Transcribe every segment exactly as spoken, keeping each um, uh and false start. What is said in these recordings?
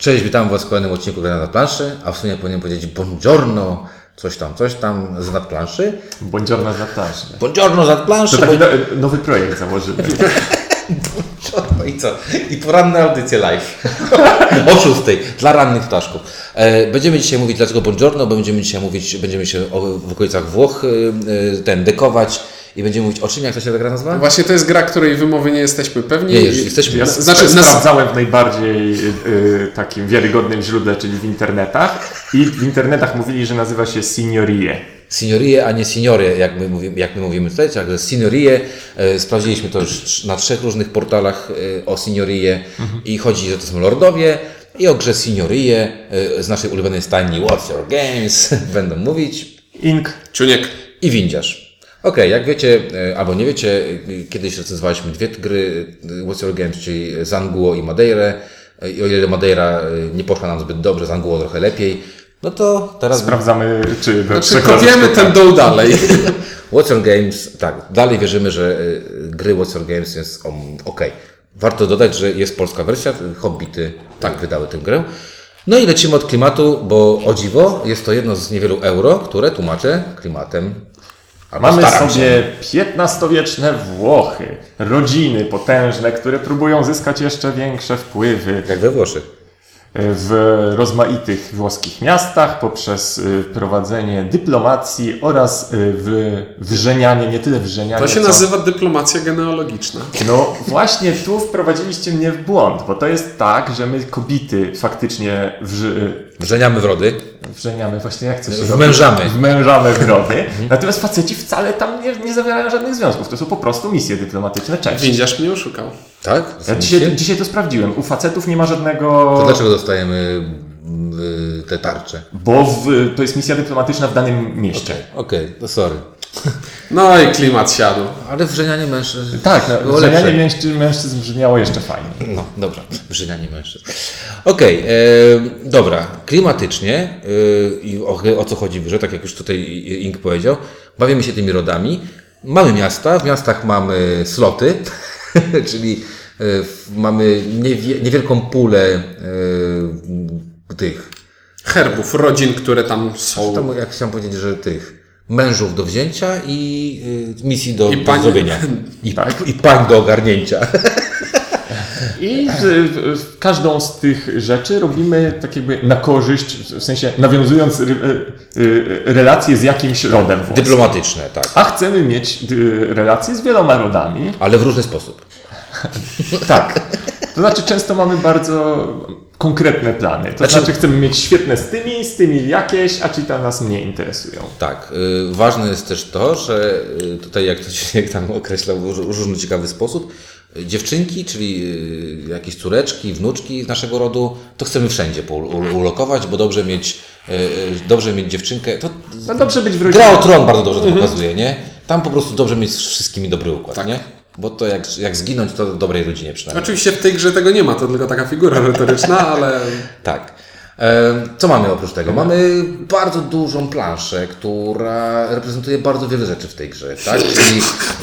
Cześć, witam Was w kolejnym odcinku Grania na planszy, a w sumie powinienem powiedzieć buongiorno, coś tam, coś tam z nadplanszy. Buongiorno z nadplanszy. Buongiorno z nadplanszy. To taki bo... no, nowy projekt założymy. Buongiorno i co? I poranne audycje live. O szóstej, dla rannych ptaszków. E, będziemy dzisiaj mówić dlaczego buongiorno, bo będziemy dzisiaj mówić, będziemy się o, w okolicach Włoch e, ten dekować. I będziemy mówić o czym, jak to się ta gra nazywa? Właśnie to jest gra, której wymowy nie jesteśmy pewni. Nie, już jesteśmy. Ja znaczy, sprawdzałem w najbardziej y, takim wiarygodnym źródle, czyli w internetach. I w internetach mówili, że nazywa się Signorie. Signorie, a nie Signorie, jak my mówimy, jak my mówimy tutaj. Także Signorie, e, sprawdziliśmy to już na trzech różnych portalach e, o Signorie mhm. i chodzi, że to są lordowie. I o grze Signorie e, z naszej ulubionej stajni What's Your Games będą mówić. Ink. Czuniek. I windziarz. Okej, okay, jak wiecie, albo nie wiecie, kiedyś recenzowaliśmy dwie gry What's Your Games, czyli Zanguo i Madeirę. I o ile Madeira nie poszła nam zbyt dobrze, Zanguo trochę lepiej, no to teraz... Sprawdzamy, czy... Znaczy, kopiemy ten dół dalej. What's Your Games, tak, dalej wierzymy, że gry What's Your Games jest ok. Warto dodać, że jest polska wersja, Hobbity tak wydały tę grę. No i lecimy od klimatu, bo o dziwo, jest to jedno z niewielu euro, które tłumaczę klimatem. Mamy sobie piętnastowieczne Włochy, rodziny potężne, które próbują zyskać jeszcze większe wpływy. Jak we Włoszech. W rozmaitych włoskich miastach poprzez prowadzenie dyplomacji oraz w wrzenianie, nie tyle wrzenianie. To się co... nazywa dyplomacja genealogiczna. No właśnie tu wprowadziliście mnie w błąd, bo to jest tak, że my kobiety faktycznie wrzy... wrzeniamy w rody. Wrzeniamy, właśnie jak to się Wmężamy. robi? Wmężamy w rody. Natomiast faceci wcale tam nie, nie zawierają żadnych związków. To są po prostu misje dyplomatyczne. Cześć. Windziarz mnie oszukał. Tak? Ja dzisiaj, dzisiaj to sprawdziłem. U facetów nie ma żadnego... To dlaczego dostajemy te tarcze? Bo w, to jest misja dyplomatyczna w danym mieście. Okej, okay, to sorry. No i klimat siadł. Ale wrzenianie mężczyzn... Tak, no, wrzenianie mężczyzn, mężczyzn brzmiało jeszcze fajnie. No, dobra. Wrzenianie mężczyzn. Okej, okay, dobra. Klimatycznie i o, o co chodzi w grze, tak jak już tutaj Ink powiedział, bawimy się tymi rodami. Mamy miasta, w miastach mamy sloty, czyli mamy niewie, niewielką pulę tych... herbów, rodzin, które tam są. Tam, jak chciałem powiedzieć, że tych mężów do wzięcia i y, misji do, I do pań... zrobienia. I, tak? I pań do ogarnięcia. I w, w każdą z tych rzeczy robimy tak jakby na korzyść, w sensie nawiązując re, relacje z jakimś rodem włoskim. Dyplomatyczne, tak. A chcemy mieć relacje z wieloma rodami. Ale w różny sposób. Tak. To znaczy często mamy bardzo konkretne plany. To znaczy, znaczy chcemy mieć świetne z tymi, z tymi jakieś, a ci tam nas mniej interesują. Tak. Y, ważne jest też to, że y, tutaj jak to się tam określał w różny ciekawy sposób, y, dziewczynki, czyli y, jakieś córeczki, wnuczki z naszego rodu, to chcemy wszędzie ulokować, bo dobrze mieć, y, dobrze mieć dziewczynkę. To, no dobrze być w rodzinie. Gra o Tron bardzo dobrze to pokazuje, nie? Tam po prostu dobrze mieć z wszystkimi dobry układ, tak. Nie? Bo to jak, jak zginąć, to w dobrej rodzinie przynajmniej. Oczywiście w tej grze tego nie ma, to tylko taka figura retoryczna, ale... Tak. E, co mamy oprócz tego? Mamy bardzo dużą planszę, która reprezentuje bardzo wiele rzeczy w tej grze, tak? Czyli...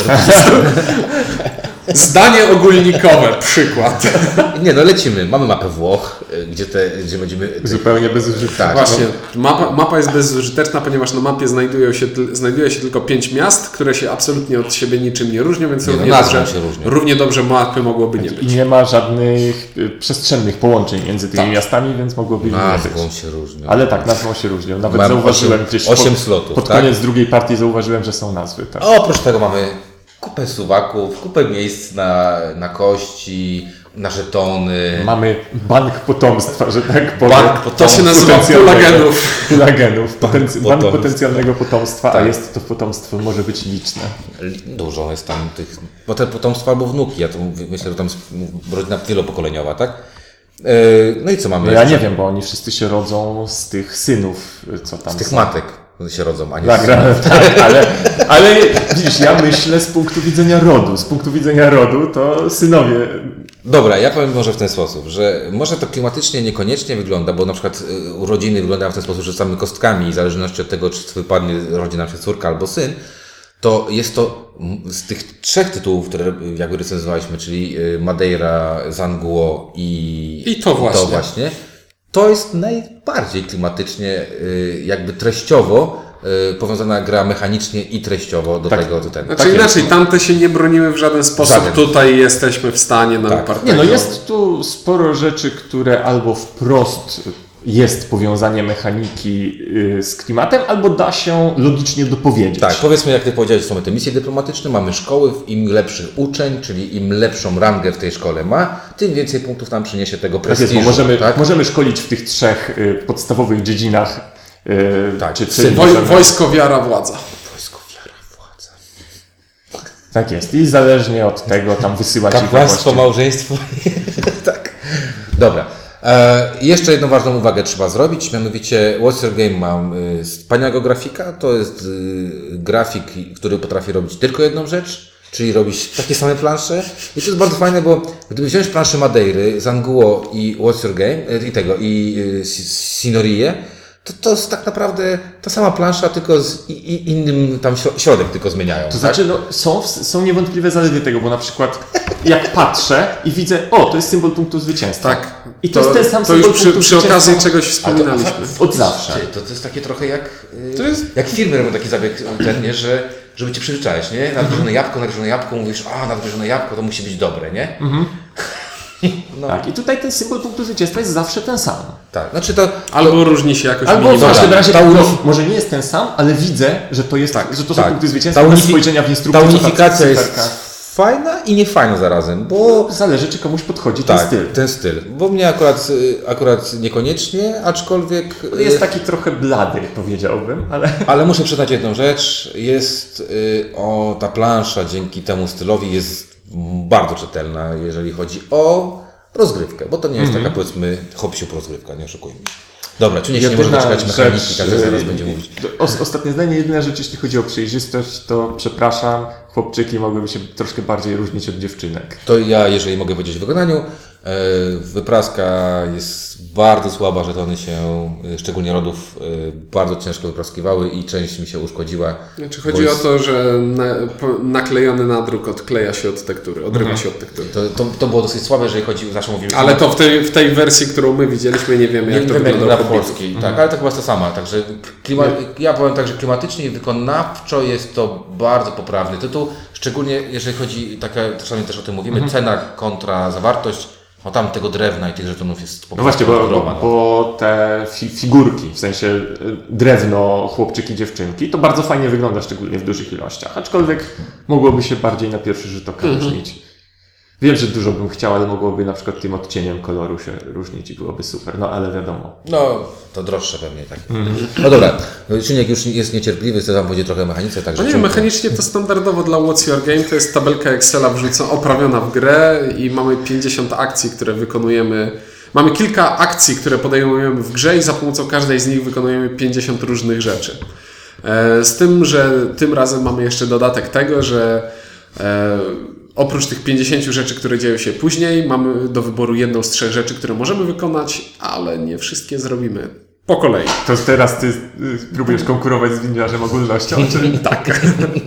Zdanie ogólnikowe, przykład. Nie, no lecimy. Mamy mapę Włoch, gdzie, te, gdzie będziemy... Zupełnie bezużyteczna. Tak, Właśnie, mapa, mapa jest bezużyteczna, ponieważ na mapie znajdują się, znajduje się tylko pięć miast, które się absolutnie od siebie niczym nie różnią, więc nie, równie, no, dobrze, się różnią. równie dobrze mapy mogłoby nie I być. nie ma żadnych przestrzennych połączeń między tymi tak. miastami, więc mogłoby nie być. Nazwą się różnią. Ale tak, nazwą się różnią. Nawet Mam zauważyłem osiem, gdzieś osiem pod, slotów, pod tak? koniec drugiej partii zauważyłem, że są nazwy. Tak. Oprócz tego mamy kupę suwaków, kupę miejsc na, na kości, na żetony. Mamy bank potomstwa, że tak powiem. Bank potomstwa. To się nazywa pulagenów. Pulagenów. Bank, Potenc- bank potomstwa. potencjalnego potomstwa, Tak. a jest to potomstwo, może być liczne. Dużo jest tam tych, bo te potomstwa albo wnuki, ja to myślę, że tam rodzina wielopokoleniowa, tak? No i co mamy No ja jeszcze? nie wiem, bo oni wszyscy się rodzą z tych synów, co tam Z tych są. matek się rodzą, a nie Tak, z... tak, ale, ale widzisz, ja myślę z punktu widzenia rodu. Z punktu widzenia rodu to synowie. Dobra, ja powiem może w ten sposób, że może to klimatycznie niekoniecznie wygląda, bo na przykład urodziny wyglądają w ten sposób, że rzucamy kostkami i w zależności od tego, czy wypadnie rodzi nam się córka albo syn, to jest to z tych trzech tytułów, które jakby recenzowaliśmy, czyli Madeira, Zanguo i, I to właśnie. to właśnie to jest najbardziej klimatycznie, y, jakby treściowo y, powiązana gra mechanicznie i treściowo do Tak. tego. Do tego. Znaczy Tak jest. inaczej, tamte się nie broniły w żaden sposób. Żaden. Tutaj jesteśmy w stanie nam Tak. upartego. Nie, no jest tu sporo rzeczy, które albo wprost jest powiązanie mechaniki y, z klimatem, albo da się logicznie dopowiedzieć. Tak, powiedzmy, jak ty powiedziałeś, są te misje dyplomatyczne, mamy szkoły, im lepszych uczeń, czyli im lepszą rangę w tej szkole ma, tym więcej punktów nam przyniesie tego Tak jest, prestiżu. bo możemy, tak? możemy szkolić w tych trzech y, podstawowych dziedzinach. Y, Tak, czy, syn- czy Woj, możemy- wojsko, wiara, władza. Wojsko, wiara, władza. Tak jest. I zależnie od tego tam wysyłać ich Kapłaństwo, gości. małżeństwo. tak. Dobra. E, jeszcze jedną ważną uwagę trzeba zrobić, mianowicie What's Your Game mam y, wspaniałego grafika, to jest y, grafik, który potrafi robić tylko jedną rzecz, czyli robić takie same plansze i to jest bardzo fajne, bo gdyby wziąć planszę Madeiry, Zanguo i What's Your Game y, i tego, i y, Signorie, to to jest tak naprawdę ta sama plansza, tylko z i, i innym tam śro- środek tylko zmieniają. To tak? znaczy, no, są, są niewątpliwe zalety tego, bo na przykład jak patrzę i widzę, o, to jest symbol punktu zwycięstwa. Tak. I to, jest ten sam to symbol już przy, punktu przy zwycięstwa. okazji czegoś wspominaliśmy. Od zawsze. Ty, To, to jest takie trochę jak, y, To jest- jak firmy robią taki zabieg, ten, nie, że żeby cię przyzwyczaić, nie? Nadgryzione jabłko, nadgryzione jabłko, mówisz, a nadgryzione jabłko to musi być dobre, nie? No, Tak, i tutaj ten symbol punktu zwycięstwa jest zawsze ten sam. tak. Znaczy to, Albo różni się jakoś Albo w minimalnie. każdym razie ta no, unif- może nie jest ten sam, ale widzę, że to jest, że to są tak. punkty zwycięstwa Ta bez unifi- spojrzenia w ta instrukcji. co tam w unifikacja jest cyferkach. fajna i niefajna zarazem, bo Zależy, czy komuś podchodzi ten tak, styl. ten styl. Bo mnie akurat, y, akurat niekoniecznie, aczkolwiek... y, Jest taki trochę blady, powiedziałbym, ale... Ale muszę przyznać jedną rzecz, jest y, o ta plansza dzięki temu stylowi jest bardzo czytelna, jeżeli chodzi o rozgrywkę, bo to nie jest Mhm. taka powiedzmy hop-siup rozgrywka, nie oszukujmy. Dobra, czy nie, się nie może doczekać mechaniki, także zaraz y, będzie mówić. Os, ostatnie zdanie, jedyna rzecz, jeśli chodzi o przejrzystość, to przepraszam, chłopczyki mogłyby się troszkę bardziej różnić od dziewczynek. To ja, jeżeli mogę powiedzieć w wykonaniu, e, wypraska jest bardzo słaba, żetony się, e, szczególnie rodów, e, bardzo ciężko wypraskiwały i część mi się uszkodziła. Znaczy bo chodzi o jest- to, że na, po, naklejony nadruk odkleja się od tektury, odrywa Mhm. się od tektury. To, to, to było dosyć słabe, jeżeli chodzi, zawsze mówimy... Ale to w tej, w tej wersji, którą my widzieliśmy, nie wiemy, Nie jak to wiem, jak wygląda gra u w podbitów. polskiej, tak, ale to chyba jest to samo. Także klima, ja powiem tak, że klimatycznie i wykonawczo jest to bardzo poprawny tytuł, szczególnie jeżeli chodzi, taka, czasami też o tym mówimy, cena kontra zawartość, no tam tego drewna i tych żetonów jest po No właśnie, prostu bo, bo, ogromna, no. bo te fi, figurki, w sensie y, drewno, chłopczyki, dziewczynki, to bardzo fajnie wygląda, szczególnie w dużych ilościach, aczkolwiek mogłoby się bardziej na pierwszy rzut oka różnić. Wiem, że dużo bym chciał, ale mogłoby na przykład tym odcieniem koloru się różnić i byłoby super, no ale wiadomo. No, to droższe pewnie, tak. No dobra, Czyniek już jest niecierpliwy, chce tam powiedzieć trochę o mechanice, także... No nie, Czynku- mechanicznie to standardowo dla What's Your Game, to jest tabelka Excela wrzucona, oprawiona w grę i mamy pięćdziesiąt akcji, które wykonujemy. Mamy kilka akcji, które podejmujemy w grze i za pomocą każdej z nich wykonujemy pięćdziesiąt różnych rzeczy. E, Z tym, że tym razem mamy jeszcze dodatek tego, że e, oprócz tych pięćdziesięciu rzeczy, które dzieją się później, mamy do wyboru jedną z trzech rzeczy, które możemy wykonać, ale nie wszystkie zrobimy po kolei. To teraz ty y, próbujesz konkurować z winiarzem ogólnością, czy... Tak.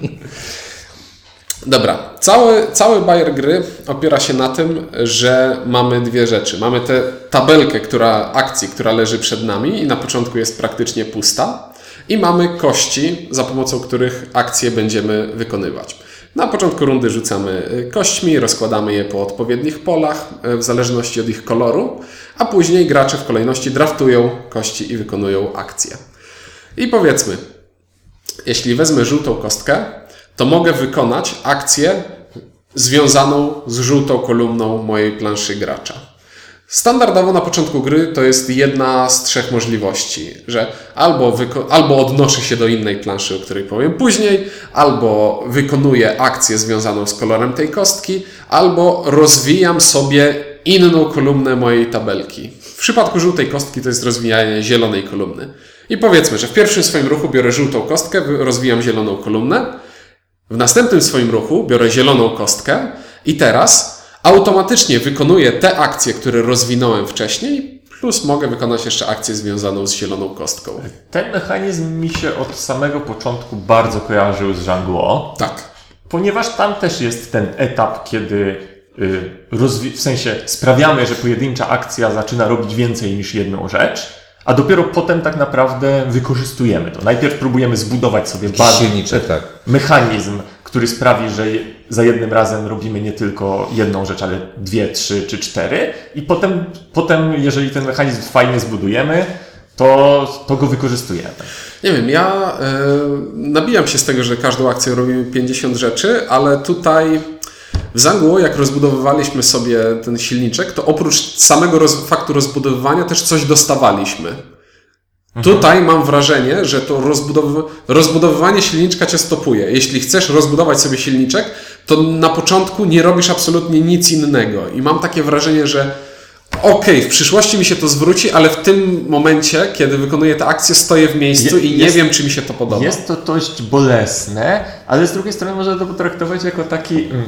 Dobra, cały, cały bajer gry opiera się na tym, że mamy dwie rzeczy. Mamy tę tabelkę która, akcji, która leży przed nami i na początku jest praktycznie pusta. I mamy kości, za pomocą których akcje będziemy wykonywać. Na początku rundy rzucamy kośćmi, rozkładamy je po odpowiednich polach, w zależności od ich koloru, a później gracze w kolejności draftują kości i wykonują akcje. I powiedzmy, jeśli wezmę żółtą kostkę, to mogę wykonać akcję związaną z żółtą kolumną mojej planszy gracza. Standardowo na początku gry to jest jedna z trzech możliwości, że albo, wyko- albo odnoszę się do innej planszy, o której powiem później, albo wykonuję akcję związaną z kolorem tej kostki, albo rozwijam sobie inną kolumnę mojej tabelki. W przypadku żółtej kostki to jest rozwijanie zielonej kolumny. I powiedzmy, że w pierwszym swoim ruchu biorę żółtą kostkę, wy- rozwijam zieloną kolumnę, w następnym swoim ruchu biorę zieloną kostkę i teraz automatycznie wykonuję te akcje, które rozwinąłem wcześniej, plus mogę wykonać jeszcze akcję związaną z zieloną kostką. Ten mechanizm mi się od samego początku bardzo kojarzył z Zhanguo, Tak. ponieważ tam też jest ten etap, kiedy rozwi- w sensie sprawiamy, że pojedyncza akcja zaczyna robić więcej niż jedną rzecz, a dopiero potem tak naprawdę wykorzystujemy to. Najpierw próbujemy zbudować sobie bardzo silniczek, tak. mechanizm, który sprawi, że za jednym razem robimy nie tylko jedną rzecz, ale dwie, trzy czy cztery i potem, potem jeżeli ten mechanizm fajnie zbudujemy, to, to go wykorzystujemy. Nie wiem, ja y, nabijam się z tego, że każdą akcją robimy pięćdziesiąt rzeczy, ale tutaj w Zanguo, jak rozbudowywaliśmy sobie ten silniczek, to oprócz samego roz, faktu rozbudowywania też coś dostawaliśmy. Mhm. Tutaj mam wrażenie, że to rozbudowy, rozbudowywanie silniczka cię stopuje. Jeśli chcesz rozbudować sobie silniczek, to na początku nie robisz absolutnie nic innego. I mam takie wrażenie, że okej, okay, w przyszłości mi się to zwróci, ale w tym momencie, kiedy wykonuję tę akcję, stoję w miejscu Je, i nie jest, wiem, czy mi się to podoba. Jest to dość bolesne, ale z drugiej strony można to potraktować jako taki mm,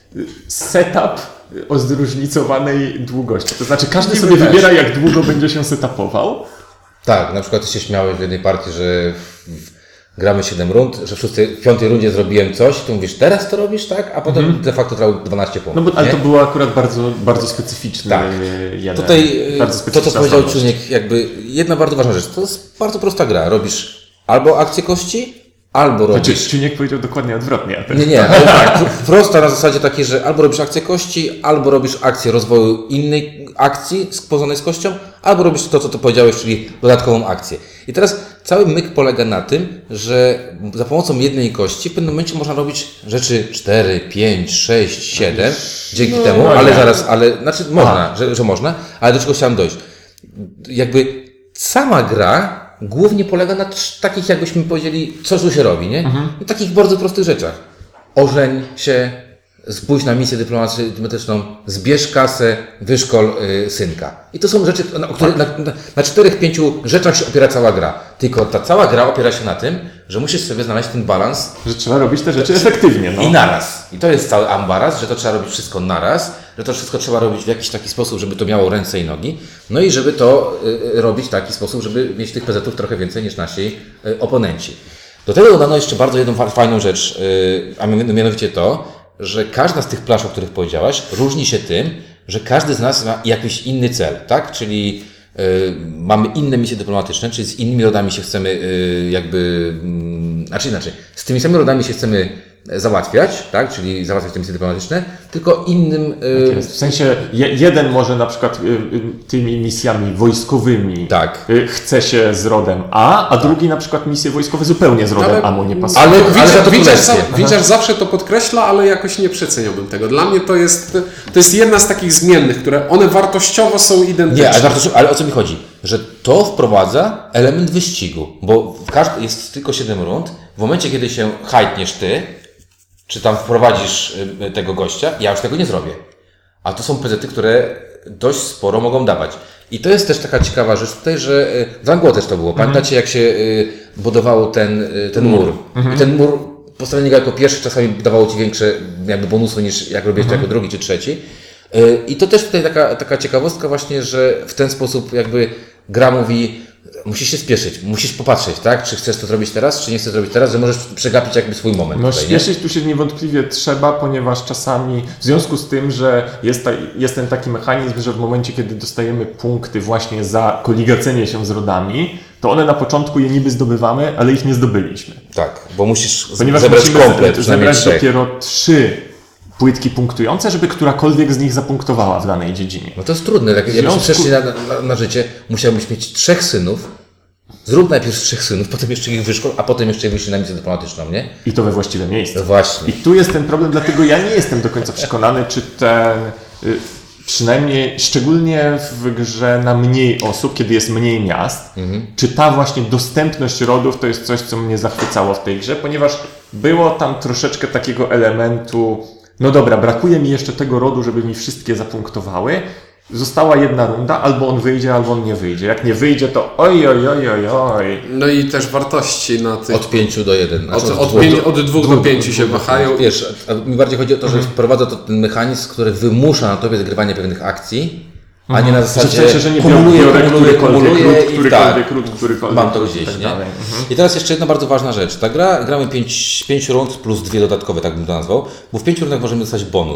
setup o zróżnicowanej długości. To znaczy każdy Niby sobie też. wybiera, jak długo będzie się setupował. Tak, na przykład ty się śmiałeś w jednej partii, że gramy siedem rund, że w, szóstej, w piątej rundzie zrobiłem coś, to mówisz, teraz to robisz, tak? A potem mm. de facto trwało dwanaście punktów. No bo, ale to było akurat bardzo, bardzo specyficzny tak. jeden. Tutaj bardzo to, co powiedział Czuniek, jakby jedna bardzo ważna rzecz, to jest bardzo prosta gra. Robisz albo akcję kości, albo robisz... Znaczy, Czuniek powiedział dokładnie odwrotnie. A nie, nie, ale tak, prosta na zasadzie takiej, że albo robisz akcję kości, albo robisz akcję rozwoju innej akcji powiązanej z kością, albo robisz to, co ty powiedziałeś, czyli dodatkową akcję. I teraz cały myk polega na tym, że za pomocą jednej kości w pewnym momencie można robić rzeczy cztery, pięć, sześć, siedem, dzięki no, temu, no, ale zaraz, ale, znaczy można, że, że można, ale do czego chciałem dojść? Jakby sama gra głównie polega na takich, jakbyśmy powiedzieli, co tu się robi, nie? Mhm. Na takich bardzo prostych rzeczach. Ożeń się, spójrz na misję dyplomatyczną, zbierz kasę, wyszkol y, synka. I to są rzeczy, na, które, na, na, na czterech, pięciu rzeczach się opiera cała gra. Tylko ta cała gra opiera się na tym, że musisz sobie znaleźć ten balans. Że trzeba robić te rzeczy efektywnie. No. I naraz. I to jest cały ambaraz, że to trzeba robić wszystko naraz, że to wszystko trzeba robić w jakiś taki sposób, żeby to miało ręce i nogi. No i żeby to y, robić w taki sposób, żeby mieć tych pezetów trochę więcej niż nasi y, oponenci. Do tego dodano jeszcze bardzo jedną fajną rzecz, y, a mianowicie to, że każda z tych plaż, o których powiedziałaś, różni się tym, że każdy z nas ma jakiś inny cel, tak? Czyli y, mamy inne misje dyplomatyczne, czyli z innymi rodami się chcemy y, jakby, y, znaczy inaczej, z tymi samymi rodami się chcemy załatwiać, tak? Czyli załatwiać te misje dyplomatyczne, tylko innym... Y... Tak jest. W sensie je, jeden może na przykład y, y, tymi misjami wojskowymi tak. y, chce się z rodem A, a tak. drugi na przykład misje wojskowe zupełnie z rodem ale, A mu nie pasuje. Ale, ale, ale Witcher zawsze to podkreśla, ale jakoś nie przeceniałbym tego. Dla mnie to jest, to jest jedna z takich zmiennych, które one wartościowo są identyczne. Nie, ale, wartościowo, ale o co mi chodzi? Że to wprowadza element wyścigu, bo w każdy, jest tylko siedem rund. W momencie, kiedy się hajtniesz ty, czy tam wprowadzisz tego gościa, ja już tego nie zrobię. A to są pezety, które dość sporo mogą dawać. I to jest też taka ciekawa rzecz tutaj, że w Zanguo też to było. Pamiętacie, jak się budowało ten, ten mur? Mhm. I ten mur, postawienie go jako pierwszy czasami dawało ci większe jakby bonusy niż jak robiłeś to jako drugi czy trzeci. I to też tutaj taka, taka ciekawostka właśnie, że w ten sposób jakby gra mówi, musisz się spieszyć, musisz popatrzeć, tak? Czy chcesz to zrobić teraz, czy nie chcesz zrobić teraz, że możesz przegapić jakby swój moment. No tutaj, spieszyć nie? tu się niewątpliwie trzeba, ponieważ czasami w związku z tym, że jest, ta, jest ten taki mechanizm, że w momencie, kiedy dostajemy punkty właśnie za koligacenie się z rodami, to one na początku je niby zdobywamy, ale ich nie zdobyliśmy. Tak, bo musisz ponieważ zebrać musimy komplet, zebrać dopiero trzy płytki punktujące, żeby którakolwiek z nich zapunktowała w danej dziedzinie. No to jest trudne. Tak, jakbyśmy przeszli na, na, na życie, musiałbyś mieć trzech synów, zrób najpierw trzech synów, potem jeszcze ich wyszkol, a potem jeszcze wyjść na misję dyplomatyczną, nie? I to we właściwe miejsce. Właśnie. I tu jest ten problem, dlatego ja nie jestem do końca przekonany, czy ten, y, przynajmniej szczególnie w grze na mniej osób, kiedy jest mniej miast, mhm. czy ta właśnie dostępność rodów to jest coś, co mnie zachwycało w tej grze, ponieważ było tam troszeczkę takiego elementu, no dobra, brakuje mi jeszcze tego rodu, żeby mi wszystkie zapunktowały. Została jedna runda, albo on wyjdzie, albo on nie wyjdzie. Jak nie wyjdzie, to oj, oj, oj, oj, oj. No i też wartości na tych... Od pięciu do jeden. Znaczy od, od, od, pięć, od dwóch do pięciu się wahają. Wiesz, mi bardziej chodzi o to, że mhm. wprowadza to ten mechanizm, który wymusza na tobie zgrywanie pewnych akcji, a nie na zasadzie w sensie, że nie kumuluje, kumuluje, kumuluje ród, i tak, ród, którykolwiek mam to gdzieś, tak nie? Mhm. I teraz jeszcze jedna bardzo ważna rzecz. Ta gra, gramy pięć, pięć rund plus dwie dodatkowe, tak bym to nazwał, bo w pięciu rundach możemy dostać bonus.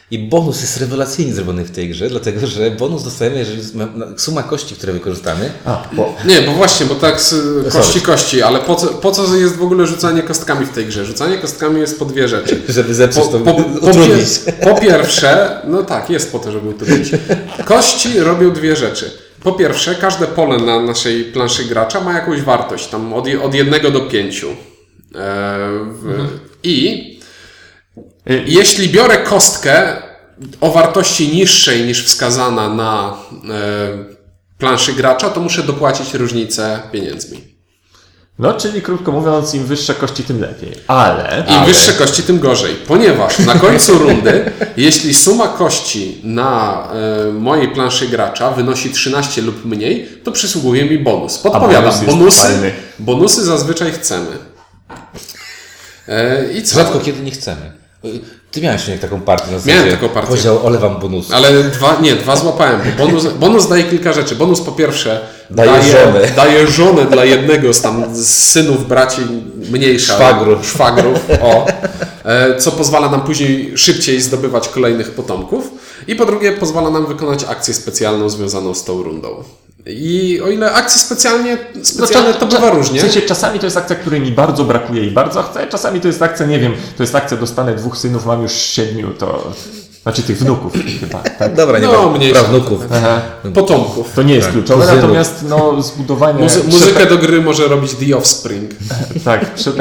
I bonus jest rewelacyjnie zrobiony w tej grze, dlatego że bonus dostajemy, jeżeli suma kości, które wykorzystamy. A, bo... Nie, bo właśnie, bo tak z kości kości, ale po co, po co jest w ogóle rzucanie kostkami w tej grze? Rzucanie kostkami jest po dwie rzeczy. Żeby zepsuć to, po, po, utrudnić. Po, po pierwsze, no tak, jest po to, żeby utrudnić. Kości robią dwie rzeczy. Po pierwsze, każde pole na naszej planszy gracza ma jakąś wartość, tam od, od jednego do pięciu. E, w, mhm. I jeśli biorę kostkę o wartości niższej niż wskazana na e, planszy gracza, to muszę dopłacić różnicę pieniędzmi. No, czyli krótko mówiąc, im wyższe kości, tym lepiej. Ale... Im ale... wyższe kości, tym gorzej. Ponieważ na końcu rundy, jeśli suma kości na e, mojej planszy gracza wynosi trzynaście lub mniej, to przysługuje mi bonus. Podpowiadam, bonus bonusy, fajny. bonusy zazwyczaj chcemy. E, I co? Rzadko kiedy nie chcemy. Ty miałeś nie taką partię na zasadzie. Miałem taką partię. Powiedział, olewam bonusy. Ale dwa, nie, dwa złapałem. Bo bonus, bonus daje kilka rzeczy. Bonus po pierwsze daje, daje żonę. daje żonę dla jednego z tam z synów, braci mniejsza. Szwagrów. Szwagrów, o. Co pozwala nam później szybciej zdobywać kolejnych potomków. I po drugie pozwala nam wykonać akcję specjalną związaną z tą rundą. I o ile akcje specjalnie, specjalne to bywa różnie. W sensie czasami to jest akcja, której mi bardzo brakuje i bardzo chcę, czasami to jest akcja, nie wiem, to jest akcja, dostanę dwóch synów, mam już siedmiu, to... Znaczy tych wnuków chyba, tak? Dobra, nie no, ma mniejsza. Wnuków. Aha. Potomków. To nie jest tak, kluczowe, kuzynów. natomiast no, zbudowanie... Muzy- muzykę do gry może robić The Offspring. Tak, prze...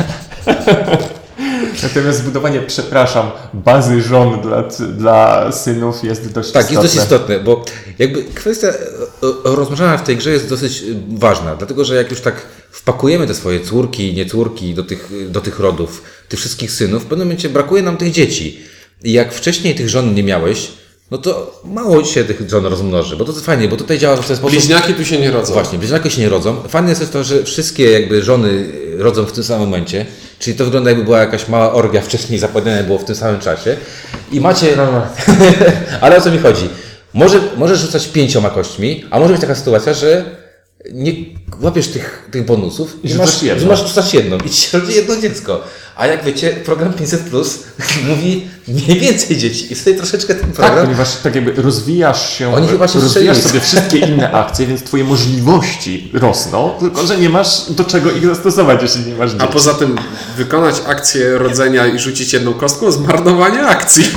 Natomiast zbudowanie, przepraszam, bazy żon dla, dla synów jest dość Tak, istotne. jest dość istotne, bo jakby kwestia rozmnażania w tej grze jest dosyć ważna, dlatego że jak już tak wpakujemy te swoje córki, nie córki do tych, do tych rodów, tych wszystkich synów, w pewnym momencie brakuje nam tych dzieci. I jak wcześniej tych żon nie miałeś, no to mało się tych żon rozmnoży, bo to jest fajnie, bo tutaj działa w ten sposób... Bliźniaki tu się nie rodzą. Właśnie, bliźniaki się nie rodzą. Fajne jest też to, że wszystkie jakby żony rodzą w tym samym momencie, czyli to wygląda jakby była jakaś mała orgia wcześniej zapłodnione było w tym samym czasie. I macie... Ale o co mi chodzi? Może, możesz rzucać pięcioma kośćmi, a może być taka sytuacja, że nie łapiesz tych, tych bonusów i masz, że masz rzucać jedną i ci się rodzi jedno dziecko. A jak wiecie, program pięćset plus mówi mniej więcej dzieci i sobie troszeczkę ten program... Tak, ponieważ tak jakby rozwijasz się, Oni chyba się rozwijasz sobie wszystkie inne akcje, więc twoje możliwości rosną, tylko że nie masz do czego ich zastosować, jeśli nie masz dzieci. A poza tym wykonać akcję rodzenia i rzucić jedną kostką, zmarnowanie akcji.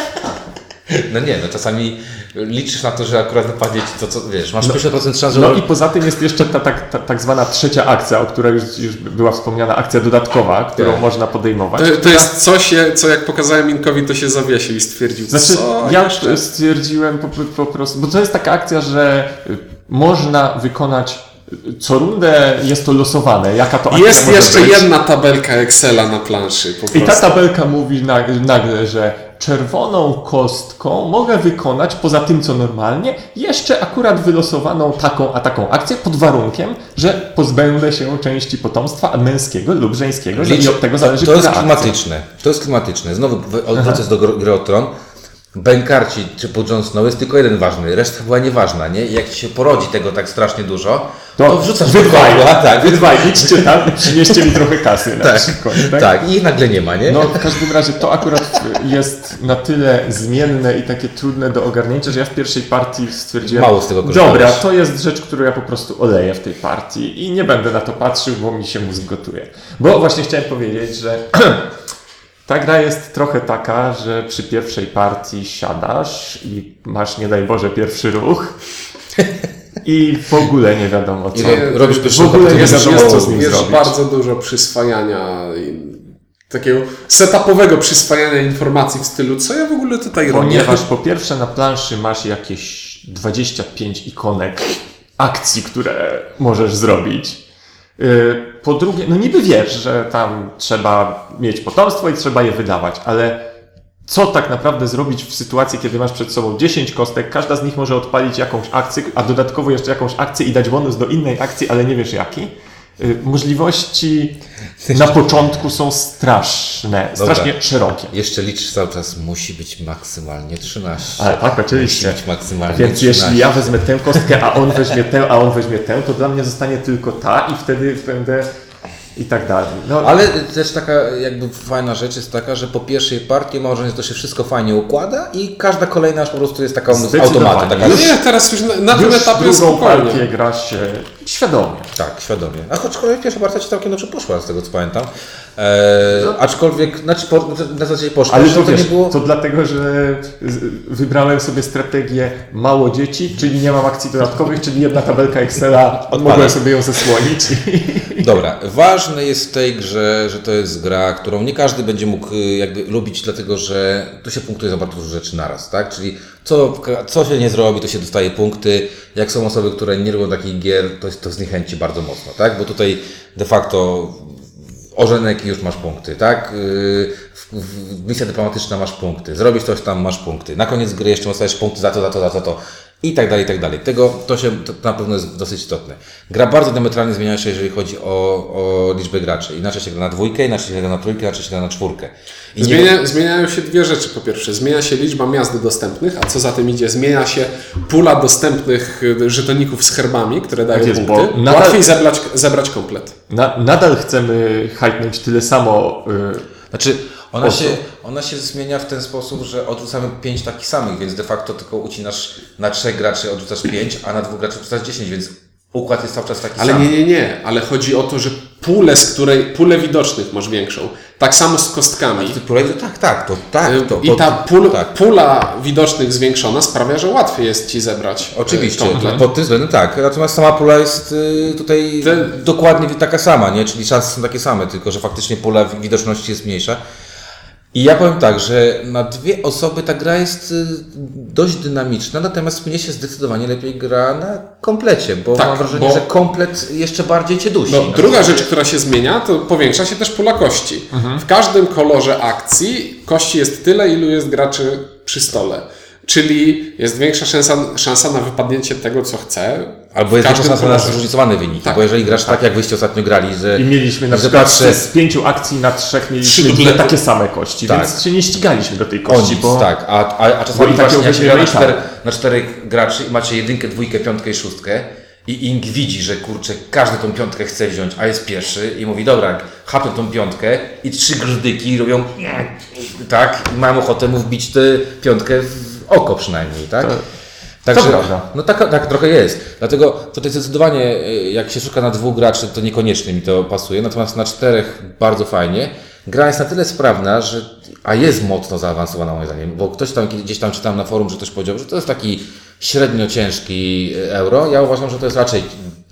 No nie, no czasami liczysz na to, że akurat wypadnie ci to, co wiesz, masz pięćdziesiąt procent szans, że... No i poza tym jest jeszcze ta, ta, ta tak zwana trzecia akcja, o której już, już była wspomniana, akcja dodatkowa, którą tak. można podejmować. To, to jest coś, co jak pokazałem Minkowi, to się zawiesił i stwierdził, Znaczy, co ja jeszcze? stwierdziłem po, po prostu, bo to jest taka akcja, że można wykonać co rundę, jest to losowane, jaka to akcja Jest może jeszcze być. jedna tabelka Excela na planszy. Po I ta prostu. tabelka mówi nagle, że czerwoną kostką mogę wykonać, poza tym co normalnie, jeszcze akurat wylosowaną taką a taką akcję pod warunkiem, że pozbędę się części potomstwa męskiego lub żeńskiego, że i od tego zależy, to jest która akcja. klimatyczne. To jest klimatyczne. Znowu wrócę do gry o Tron. Bękarci czy po Jon Snow jest tylko jeden ważny, reszta była nieważna, nie? I jak ci się porodzi tego tak strasznie dużo, to, to wrzucasz wy do dwaj, kotła, tak. wy dwaj, idźcie tam i przynieście mi trochę kasy na Tak, przykład. Tak? tak, i ich nagle nie ma, nie? No w każdym razie to akurat jest na tyle zmienne i takie trudne do ogarnięcia, że ja w pierwszej partii stwierdziłem, Mało z tego korzystałeś. dobra, to jest rzecz, którą ja po prostu oleję w tej partii i nie będę na to patrzył, bo mi się mózg gotuje. Bo właśnie chciałem powiedzieć, że ta gra jest trochę taka, że przy pierwszej partii siadasz i masz, nie daj Boże, pierwszy ruch i w ogóle nie wiadomo co. I robisz w ogóle nie Jest, wiadomo jest, co z nim jest zrobić. bardzo dużo przyswajania, i takiego setupowego przyswajania informacji w stylu, co ja w ogóle tutaj robię. Ponieważ po pierwsze na planszy masz jakieś dwadzieścia pięć ikonek akcji, które możesz zrobić. Po drugie, no niby wiesz, że tam trzeba mieć potomstwo i trzeba je wydawać, ale co tak naprawdę zrobić w sytuacji, kiedy masz przed sobą dziesięć kostek, każda z nich może odpalić jakąś akcję, a dodatkowo jeszcze jakąś akcję i dać bonus do innej akcji, ale nie wiesz jaki. Możliwości na początku są straszne, strasznie Dobra. szerokie. Jeszcze liczysz cały czas, musi być maksymalnie trzynaście. Ale tak, oczywiście. Musi być maksymalnie Więc trzynaście. jeśli ja wezmę tę kostkę, a on weźmie tę, a on weźmie tę, to dla mnie zostanie tylko ta i wtedy będę i tak dalej. No, Ale też taka jakby fajna rzecz jest taka, że po pierwszej partii mam wrażenie, że to się wszystko fajnie układa i każda kolejna już po prostu jest taka z Zdecydowanie. automatu. Taka Już- Nie, teraz już na, na tym już etapie jest drugą spokojnie. partię gra się świadomie. Tak, świadomie. A choćkolwiek pierwsza partia ci całkiem dobrze poszła, z tego co pamiętam. E, aczkolwiek, znaczy po, na zasadzie poszła, Ale że to, to wiesz, nie było... to dlatego, że z- wybrałem sobie strategię mało dzieci, czyli nie mam akcji dodatkowych, czyli jedna tabelka Excela, mogłem sobie ją zasłonić. Dobra, ważne jest w tej grze, że to jest gra, którą nie każdy będzie mógł y, jakby lubić, dlatego że tu się punktuje za bardzo dużo rzeczy naraz, tak? Czyli co, co się nie zrobi, to się dostaje punkty. Jak są osoby, które nie lubią takich gier, to, to zniechęci bardzo mocno, tak? Bo tutaj de facto ożenek i już masz punkty, tak? Yy, w- w- Misja dyplomatyczna masz punkty, zrobisz coś tam, masz punkty. Na koniec gry jeszcze dostajesz punkty za to, za to, za to, za to. I tak dalej, i tak dalej. Tego, to się, to na pewno jest dosyć istotne. Gra bardzo diametralnie zmienia się, jeżeli chodzi o, o liczbę graczy. Inaczej się gra na dwójkę, inaczej się gra na trójkę, inaczej się gra na czwórkę. I nie- Zmienia, zmieniają się dwie rzeczy. Po pierwsze, zmienia się liczba miast dostępnych, a co za tym idzie, zmienia się pula dostępnych y, żetoników z herbami, które dają Tak jest, punkty. bo nadal- Łatwiej zebrać, zebrać komplet. Na, nadal chcemy hypnąć tyle samo. y, Znaczy, ona osób. się, ona się zmienia w ten sposób, że odrzucamy pięć takich samych, więc de facto tylko ucinasz na trzech graczy odrzucasz pięć, a na dwóch graczy odrzucasz dziesięć, więc układ jest cały czas taki Ale sam. nie, nie, nie. Ale chodzi o to, że pulę, z której, pulę widocznych masz większą. Tak samo z kostkami. Ty projekt- Tak, tak, to tak. To, I to, ta pul, tak. pula widocznych zwiększona sprawia, że łatwiej jest ci zebrać. Oczywiście, y, komplet. pod tym względem tak. Natomiast sama pula jest y, tutaj Ten- dokładnie taka sama, nie? Czyli szanse są takie same, tylko że faktycznie pula wi- widoczności jest mniejsza. I ja powiem tak, że na dwie osoby ta gra jest y, dość dynamiczna, natomiast mnie się zdecydowanie lepiej gra na komplecie, bo Tak, mam wrażenie, bo- że komplet jeszcze bardziej cię dusi. No, Na druga zasadzie- rzecz, która się zmienia, to powiększa się też pula kości. Mhm. W każdym kolorze akcji kości jest tyle, ilu jest graczy przy stole. Czyli jest większa szansa, szansa na wypadnięcie tego, co chce. Albo jest w większa każdym szansa na kolorze. zróżnicowane wyniki, Tak. bo jeżeli grasz tak, jak wyście ostatnio grali, że... I mieliśmy na że przykład patrzę- z pięciu akcji na trzech Trzy mieliśmy dwie dublety. takie same kości, Tak. więc się nie ścigaliśmy do tej O kości, nic, bo tak, a, a, a bo czasami i tak właśnie ją jak się gra na, weźmiemy i czter, tak. na czterech graczy i macie jedynkę, dwójkę, piątkę i szóstkę i Ink widzi, że kurczę, każdy tą piątkę chce wziąć, a jest pierwszy i mówi, dobra, chapę tą piątkę i trzy grzydyki robią tak i mają ochotę mu wbić tę piątkę w oko przynajmniej, tak? To- Także, to prawda. no tak, tak trochę jest. Dlatego tutaj zdecydowanie y, jak się szuka na dwóch graczy, to niekoniecznie mi to pasuje, natomiast na czterech bardzo fajnie. Gra jest na tyle sprawna, że, a jest mocno zaawansowana moim zdaniem, bo ktoś tam gdzieś tam czytałem na forum, że ktoś powiedział, że to jest taki średnio ciężki euro. Ja uważam, że to jest raczej,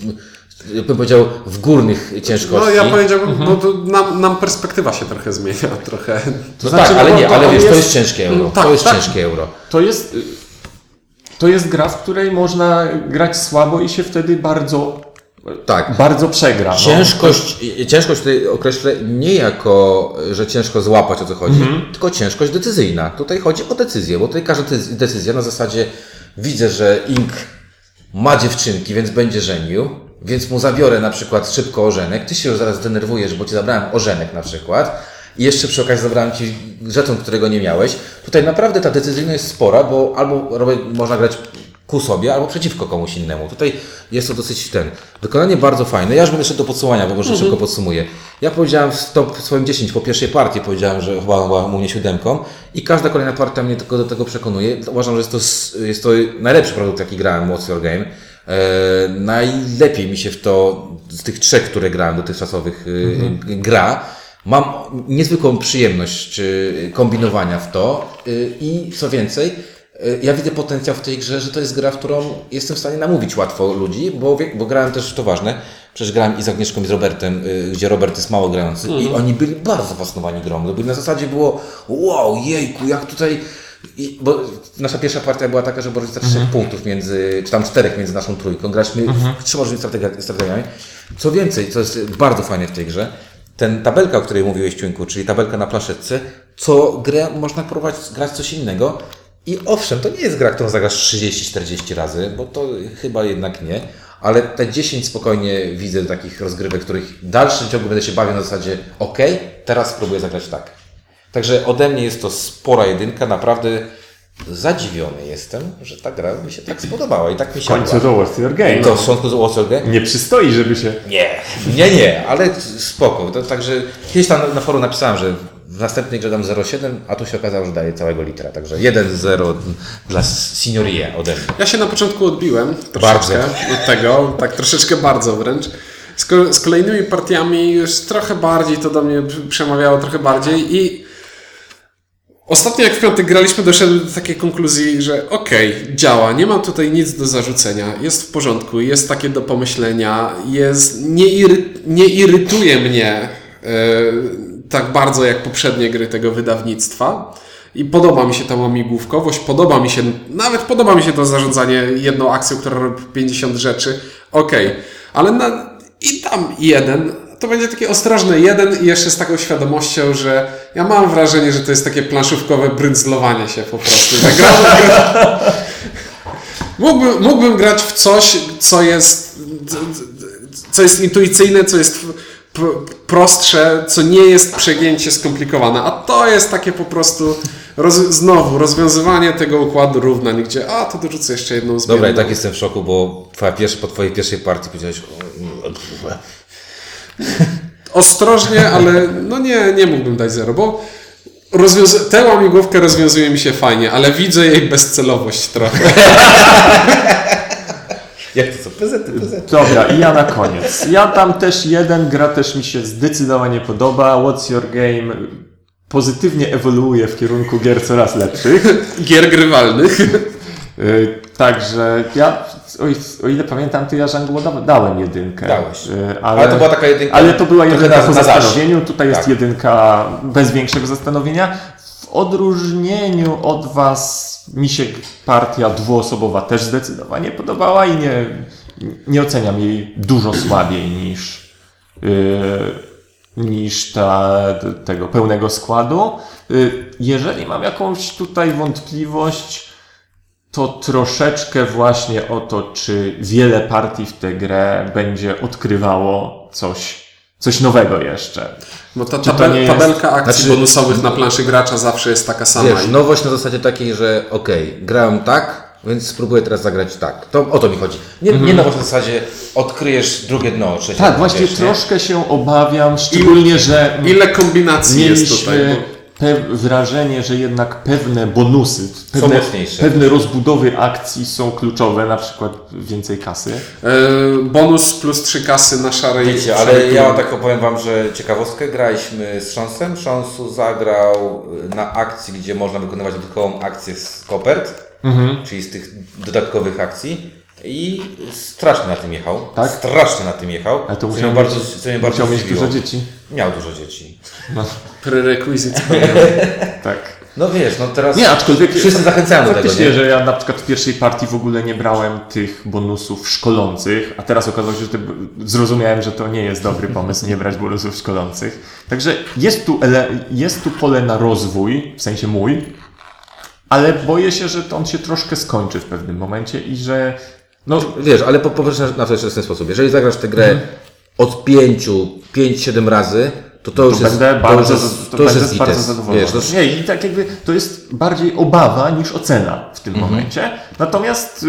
y, bym powiedział, w górnych ciężkości. No ja powiedziałbym, bo to nam, nam perspektywa się trochę zmienia. Trochę. No znaczy, tak, no ale bo nie, to ale wiesz, to jest- jest ciężkie euro. tak, to jest tak. ciężkie euro. to jest, y, to jest gra, w której można grać słabo i się wtedy bardzo, Tak. bardzo przegra. No. Ciężkość, ciężkość tutaj określę nie jako, że ciężko złapać o co chodzi, tylko ciężkość decyzyjna. Tutaj chodzi o decyzję, bo tutaj każda decy- decyzja na zasadzie widzę, że Ink ma dziewczynki, więc będzie żenił, więc mu zabiorę na przykład szybko ożenek, ty się już zaraz zdenerwujesz, bo ci zabrałem ożenek na przykład i jeszcze przy okazji zabrałem ci żeton, którego nie miałeś. Tutaj naprawdę ta decyzyjność jest spora, bo albo robię, można grać ku sobie, albo przeciwko komuś innemu. Tutaj jest to dosyć ten. Wykonanie bardzo fajne. Ja już będę szedł do podsumowania, bo może szybko podsumuję. Ja powiedziałem w top swoim dziesięć po pierwszej partii, powiedziałem, że chyba była u mnie siódemką i każda kolejna partia mnie tylko do tego przekonuje. Uważam, że jest to, s- jest to najlepszy produkt, jaki grałem w What's Your Game. E, najlepiej mi się w to, z tych trzech, które grałem dotychczasowych, y, gra. Mam niezwykłą przyjemność y, kombinowania w to y, i co więcej, y, ja widzę potencjał w tej grze, że to jest gra, w którą jestem w stanie namówić łatwo ludzi, bo, wie- bo grałem też w to ważne. Przecież grałem i z Agnieszką i z Robertem, y, gdzie Robert jest mało grający i oni byli bardzo zafascynowani grą. To byli na zasadzie było wow, jejku, jak tutaj... I, bo nasza pierwsza partia była taka, że była różnica trzech punktów między, czy tam czterech między naszą trójką. Graliśmy w trzema różnymi strategi- strategiami. Co więcej, co jest bardzo fajne w tej grze, ten tabelka, o której mówiłeś, Ciuńku, czyli tabelka na plaszetce, co grę można próbować grać coś innego. I owszem, to nie jest gra, którą zagrasz trzydzieści czterdzieści razy, bo to chyba jednak nie. Ale te dziesięć spokojnie widzę takich rozgrywek, których w dalszym ciągu będę się bawił na zasadzie ok, teraz spróbuję zagrać tak. Także ode mnie jest to spora jedynka, naprawdę zadziwiony jestem, że ta gra mi się tak spodobała i tak mi W się końcu to What's Your Game. To w stosunku do What's Your Game? Nie przystoi, żeby się... Nie, nie, nie, ale spoko. To, także kiedyś tam na forum napisałem, że w następnej grze dam zero przecinek siedem, a tu się okazało, że daje całego litra. Także jeden zero dla Signoria ode mnie. Ja się na początku odbiłem troszeczkę Bardzo. od tego, tak troszeczkę bardzo wręcz. Z, ko- z kolejnymi partiami już trochę bardziej to do mnie przemawiało, trochę bardziej i ostatnio jak w piątek graliśmy, doszedłem do takiej konkluzji, że okej, okay, działa, nie mam tutaj nic do zarzucenia, jest w porządku, jest takie do pomyślenia, jest, nie, iry, nie irytuje mnie yy, tak bardzo jak poprzednie gry tego wydawnictwa. I podoba mi się ta łamigłówkowość, podoba mi się, nawet podoba mi się to zarządzanie jedną akcją, która robi pięćdziesiąt rzeczy. Okej, okay. Ale na, i tam jeden, to będzie takie ostrożne jeden i jeszcze z taką świadomością, że ja mam wrażenie, że to jest takie planszówkowe bryndzlowanie się po prostu. Że gra, gra, mógłbym, mógłbym grać w coś, co jest, co jest intuicyjne, co jest prostsze, co nie jest przegięcie skomplikowane, a to jest takie po prostu roz, znowu rozwiązywanie tego układu równań, gdzie a to dorzucę jeszcze jedną zmianę. Dobra, i tak jestem w szoku, bo twoja pierwsza, po twojej pierwszej partii powiedziałeś ostrożnie, ale no nie, nie mógłbym dać zero, bo rozwiąz- tę łamigłówkę rozwiązuje mi się fajnie, ale widzę jej bezcelowość trochę. Jak to co? Pezety, pezety. Dobra, i ja na koniec. Ja tam też jeden, gra też mi się zdecydowanie podoba. What's Your Game pozytywnie ewoluuje w kierunku gier coraz lepszych. Gier grywalnych. Yy, także ja, o, o ile pamiętam, to ja Żangło dałem jedynkę. Dałeś. Yy, ale, ale to była taka jedynka. Ale to była jedynka na, po na zastanowieniu. Tutaj jest tak. jedynka bez większego zastanowienia. W odróżnieniu od Was mi się partia dwuosobowa też zdecydowanie podobała i nie, nie oceniam jej dużo słabiej niż, yy, niż ta, tego pełnego składu. Yy, jeżeli mam jakąś tutaj wątpliwość, to troszeczkę właśnie o to, czy wiele partii w tę grę będzie odkrywało coś, coś nowego jeszcze. Bo ta Czy to tabel, nie jest- tabelka akcji Znaczy- bonusowych na planszy gracza zawsze jest taka sama. Wiesz, nowość na zasadzie takiej, że okej, okay, grałem tak, więc spróbuję teraz zagrać tak. To o to mi chodzi. Nie, nie nowość na zasadzie odkryjesz drugie dno, trzecie Tak, dno, właśnie wiesz, nie? troszkę się obawiam, szczególnie, że Ile kombinacji jest tutaj? mieliśmy Bo... pe- wrażenie, że jednak pewne bonusy, pewne, mocniejsze. pewne rozbudowy akcji są kluczowe, na przykład więcej kasy. Yy, bonus plus trzy kasy na szarej. Wiecie, ale ja tak opowiem Wam, że ciekawostkę, graliśmy z Szonsem. Szonsu zagrał na akcji, gdzie można wykonywać dodatkową akcję z kopert, mhm. czyli z tych dodatkowych akcji. I strasznie na tym jechał. Tak? Strasznie na tym jechał. Ale to co musiał mnie mieć, bardzo, co mnie bardzo musiał mieć zdziwiło. dużo dzieci. Miał dużo dzieci. No, Prerequisit. tak. No wiesz, no teraz Nie, aczkolwiek wszyscy zachęcają do tego, faktycznie, nie? że ja na przykład w pierwszej partii w ogóle nie brałem tych bonusów szkolących, a teraz okazało się, że te, zrozumiałem, że to nie jest dobry pomysł nie brać bonusów szkolących. Także jest tu, ele, jest tu pole na rozwój, w sensie mój, ale boję się, że to on się troszkę skończy w pewnym momencie i że No wiesz, ale popatrz na to jeszcze w ten sposób. Jeżeli zagrasz tę grę hmm. od pięciu, pięć, siedem razy, to to już to jest, będę to bardzo, już jest, to to już będę jest bardzo gites. zadowolony. Wiesz, to... Nie, i tak jakby to jest bardziej obawa niż ocena w tym mhm. momencie. Natomiast y,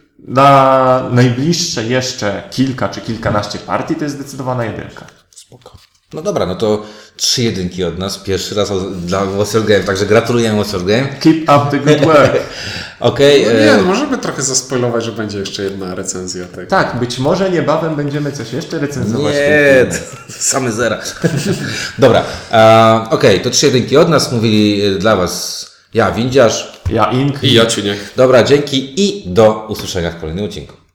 na najbliższe jeszcze kilka czy kilkanaście partii to jest zdecydowana jedynka. Spoko. No dobra, no to trzy jedynki od nas. Pierwszy raz od, dla What's Your Game, także gratulujemy What's Your Game. Keep up the good work. Okej. No Okay, nie, e... no możemy trochę zaspoilować, że będzie jeszcze jedna recenzja tego. Tak, być może niebawem będziemy coś jeszcze recenzować. Nie, same zera. Dobra, e, okej, okay, to trzy jedynki od nas. Mówili dla Was ja, Windziarz. Ja, Ink. I ja, Ciuniek. Dobra, dzięki i do usłyszenia w kolejnym odcinku.